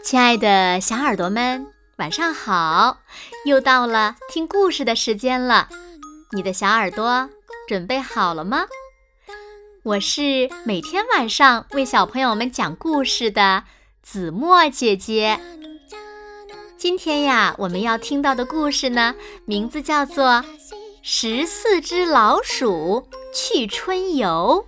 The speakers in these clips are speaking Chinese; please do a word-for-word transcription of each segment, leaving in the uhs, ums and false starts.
亲爱的小耳朵们，晚上好！又到了听故事的时间了，你的小耳朵准备好了吗？我是每天晚上为小朋友们讲故事的子墨姐姐。今天呀，我们要听到的故事呢，名字叫做《十四只老鼠去春游》。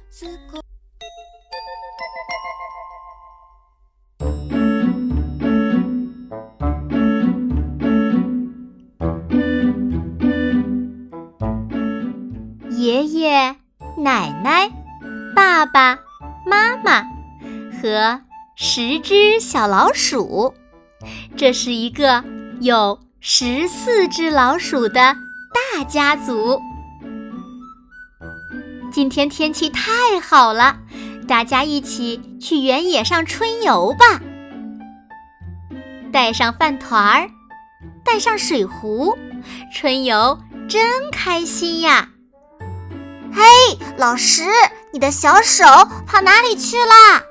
爷爷、奶奶、爸爸妈妈和十只小老鼠，这是一个有十四只老鼠的大家族。今天天气太好了，大家一起去原野上春游吧。带上饭团儿，带上水壶，春游真开心呀！ 嘿，老师，你的小手跑哪里去啦？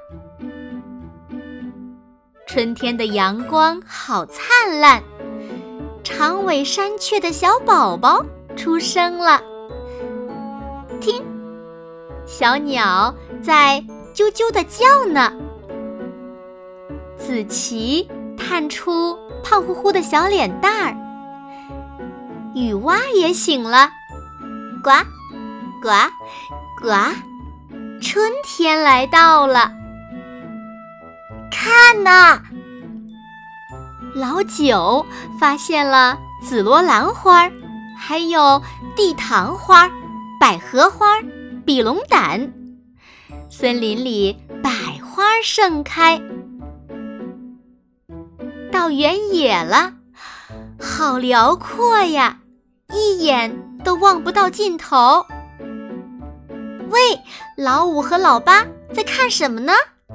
春天的阳光好灿烂，长尾山雀的小宝宝出生了。听，小鸟在啾啾地叫呢。子琪探出胖乎乎的小脸蛋儿。雨蛙也醒了，呱呱呱，春天来到了。 看呐， 老九发现了紫罗兰花，还有地堂花、百合花、比龙胆。森林里百花盛开。到原野了，好辽阔呀，一眼都望不到尽头。喂，老五和老八在看什么呢？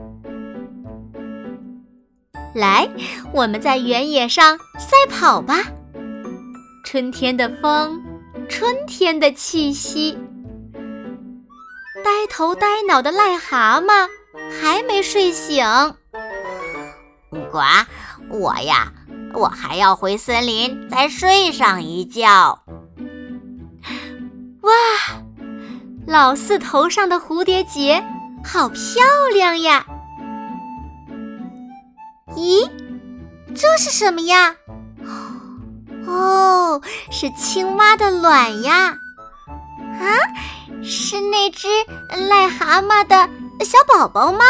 来，我们在原野上赛跑吧。春天的风，春天的气息。呆头呆脑的癞蛤蟆还没睡醒。 呱，我呀，我还要回森林再睡上一觉。 哇，老四头上的蝴蝶结好漂亮呀！ 咦，这是什么呀？哦，是青蛙的卵呀！啊，是那只癞蛤蟆的小宝宝吗？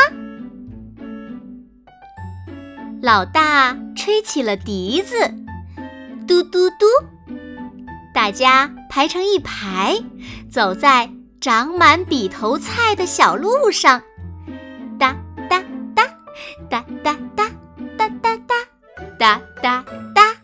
老大吹起了笛子，嘟嘟嘟，大家排成一排，走在长满笔头菜的小路上，哒哒哒，哒哒哒，哒哒哒，哒哒哒，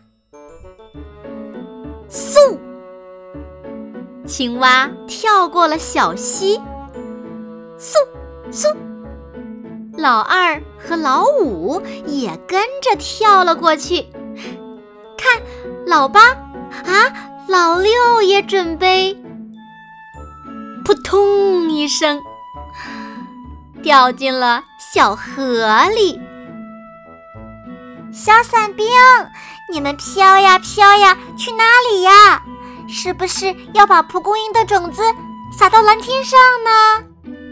嗖！ 青蛙跳过了小溪，嗖嗖。老二和老五也跟着跳了过去。看，老八啊，老六也准备。扑通一声，掉进了小河里。 小伞兵，你们飘呀飘呀，去哪里呀？是不是要把蒲公英的种子撒到蓝天上呢？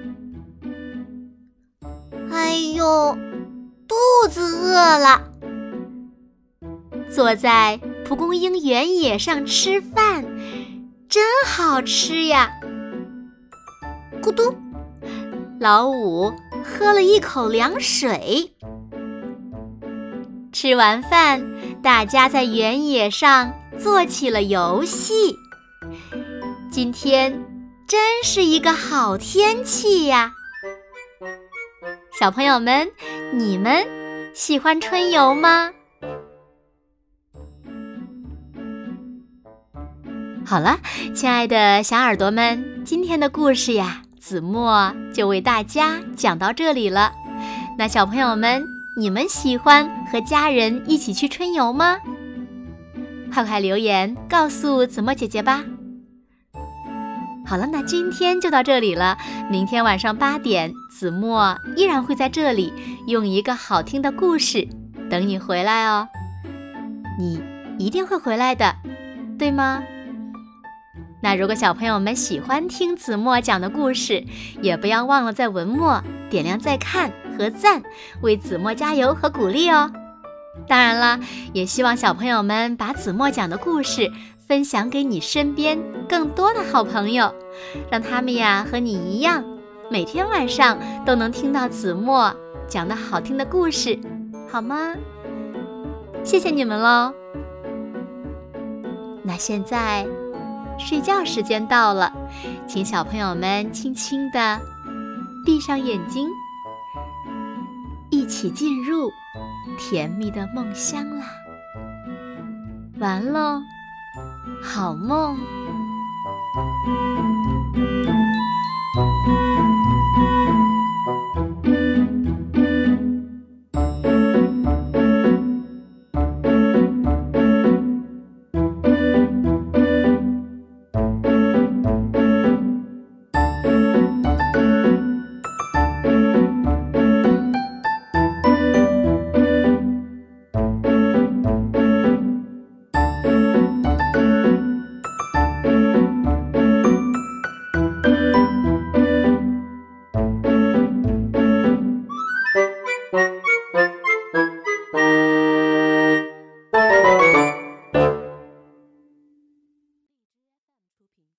哎呦，肚子饿了。 坐在蒲公英原野上吃饭，真好吃呀！咕嘟，老五喝了一口凉水。吃完饭，大家在原野上做起了游戏。今天真是一个好天气呀！小朋友们，你们喜欢春游吗？好了，亲爱的小耳朵们，今天的故事呀，子墨就为大家讲到这里了。那小朋友们，你们喜欢和家人一起去春游吗？快快留言告诉子墨姐姐吧。好了，那今天就到这里了。明天晚上八点，子墨依然会在这里用一个好听的故事等你回来哦。你一定会回来的，对吗？那如果小朋友们喜欢听子墨讲的故事，也不要忘了在文末点亮再看和赞，为子墨加油和鼓励哦。当然了，也希望小朋友们把子墨讲的故事分享给你身边更多的好朋友，让他们呀和你一样，每天晚上都能听到子墨讲的好听的故事，好吗？谢谢你们喽。那现在睡觉时间到了，请小朋友们轻轻地闭上眼睛，一起进入甜蜜的梦乡啦。完喽，好梦。